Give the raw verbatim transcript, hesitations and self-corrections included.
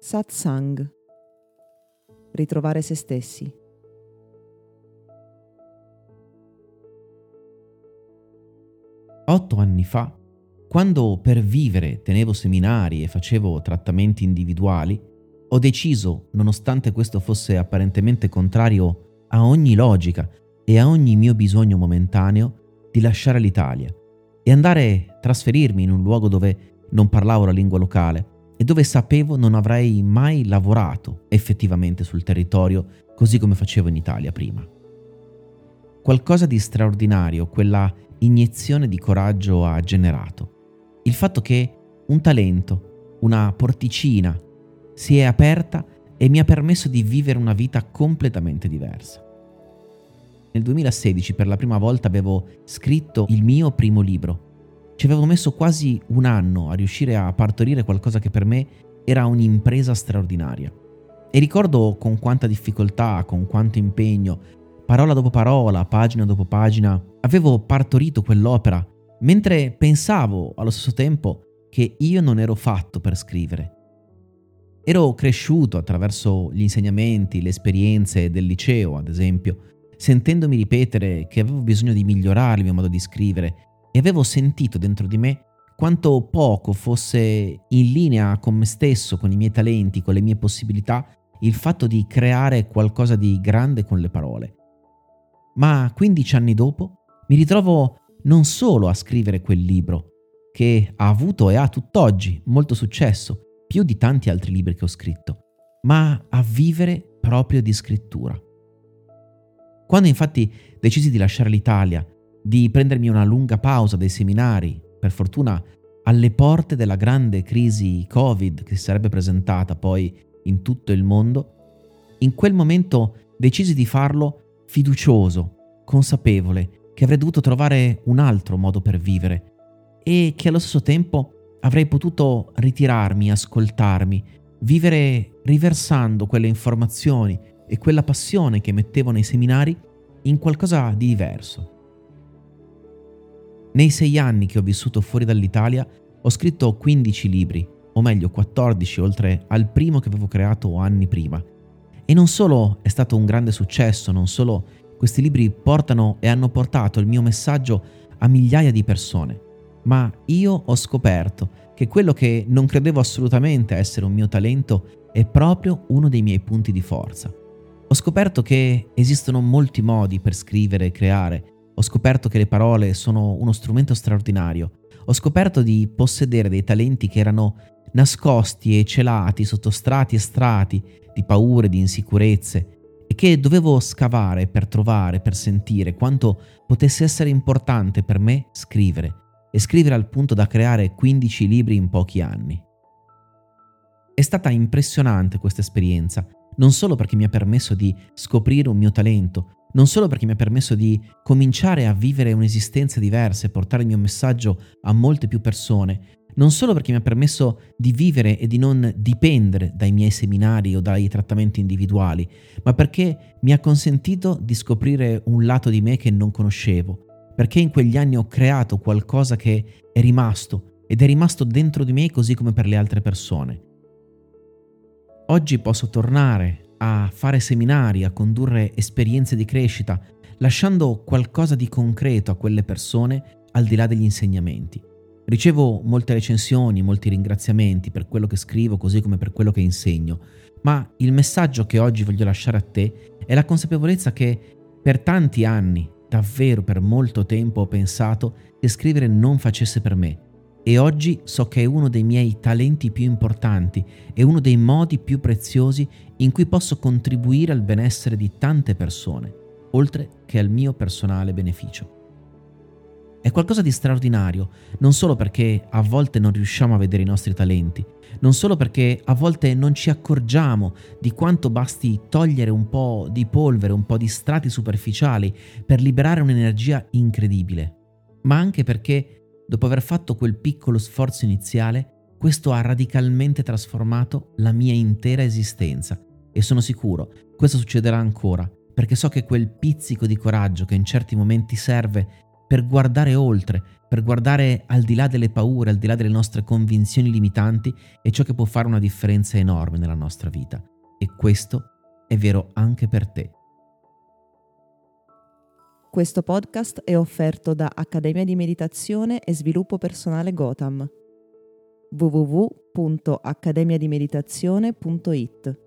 Satsang. Ritrovare se stessi. Otto anni fa, quando per vivere tenevo seminari e facevo trattamenti individuali, ho deciso, nonostante questo fosse apparentemente contrario a ogni logica e a ogni mio bisogno momentaneo, di lasciare l'Italia e andare a trasferirmi in un luogo dove non parlavo la lingua locale e dove sapevo non avrei mai lavorato effettivamente sul territorio così come facevo in Italia prima. Qualcosa di straordinario quella iniezione di coraggio ha generato. Il fatto che un talento, una porticina, si è aperta e mi ha permesso di vivere una vita completamente diversa. Nel duemilasedici per la prima volta avevo scritto il mio primo libro. Ci avevo messo quasi un anno a riuscire a partorire qualcosa che per me era un'impresa straordinaria. E ricordo con quanta difficoltà, con quanto impegno, parola dopo parola, pagina dopo pagina, avevo partorito quell'opera, mentre pensavo allo stesso tempo che io non ero fatto per scrivere. Ero cresciuto attraverso gli insegnamenti, le esperienze del liceo, ad esempio, sentendomi ripetere che avevo bisogno di migliorare il mio modo di scrivere e avevo sentito dentro di me quanto poco fosse in linea con me stesso, con i miei talenti, con le mie possibilità, il fatto di creare qualcosa di grande con le parole. Ma quindici anni dopo mi ritrovo non solo a scrivere quel libro, che ha avuto e ha tutt'oggi molto successo, più di tanti altri libri che ho scritto, ma a vivere proprio di scrittura. Quando infatti decisi di lasciare l'Italia, di prendermi una lunga pausa dai seminari, per fortuna alle porte della grande crisi Covid che si sarebbe presentata poi in tutto il mondo, in quel momento decisi di farlo fiducioso, consapevole che avrei dovuto trovare un altro modo per vivere e che allo stesso tempo avrei potuto ritirarmi, ascoltarmi, vivere riversando quelle informazioni e quella passione che mettevo nei seminari in qualcosa di diverso. Nei sei anni che ho vissuto fuori dall'Italia ho scritto quindici libri, o meglio quattordici oltre al primo che avevo creato anni prima. E non solo è stato un grande successo, non solo questi libri portano e hanno portato il mio messaggio a migliaia di persone, ma io ho scoperto che quello che non credevo assolutamente essere un mio talento è proprio uno dei miei punti di forza. Ho scoperto che esistono molti modi per scrivere e creare. Ho scoperto che le parole sono uno strumento straordinario. Ho scoperto di possedere dei talenti che erano nascosti e celati sotto strati e strati di paure, di insicurezze e che dovevo scavare per trovare, per sentire quanto potesse essere importante per me scrivere e scrivere al punto da creare quindici libri in pochi anni. È stata impressionante questa esperienza, non solo perché mi ha permesso di scoprire un mio talento, non solo perché mi ha permesso di cominciare a vivere un'esistenza diversa e portare il mio messaggio a molte più persone, non solo perché mi ha permesso di vivere e di non dipendere dai miei seminari o dai trattamenti individuali, ma perché mi ha consentito di scoprire un lato di me che non conoscevo, perché in quegli anni ho creato qualcosa che è rimasto ed è rimasto dentro di me così come per le altre persone. Oggi posso tornare a fare seminari, a condurre esperienze di crescita, lasciando qualcosa di concreto a quelle persone al di là degli insegnamenti. Ricevo molte recensioni, molti ringraziamenti per quello che scrivo così come per quello che insegno, ma il messaggio che oggi voglio lasciare a te è la consapevolezza che per tanti anni, davvero per molto tempo, ho pensato che scrivere non facesse per me. E oggi so che è uno dei miei talenti più importanti e uno dei modi più preziosi in cui posso contribuire al benessere di tante persone, oltre che al mio personale beneficio. È qualcosa di straordinario, non solo perché a volte non riusciamo a vedere i nostri talenti, non solo perché a volte non ci accorgiamo di quanto basti togliere un po' di polvere, un po' di strati superficiali per liberare un'energia incredibile, ma anche perché dopo aver fatto quel piccolo sforzo iniziale, questo ha radicalmente trasformato la mia intera esistenza e sono sicuro questo succederà ancora, perché so che quel pizzico di coraggio che in certi momenti serve per guardare oltre, per guardare al di là delle paure, al di là delle nostre convinzioni limitanti, è ciò che può fare una differenza enorme nella nostra vita. E questo è vero anche per te. Questo podcast è offerto da Accademia di Meditazione e Sviluppo Personale Gotham. w w w punto accademia di meditazione punto i t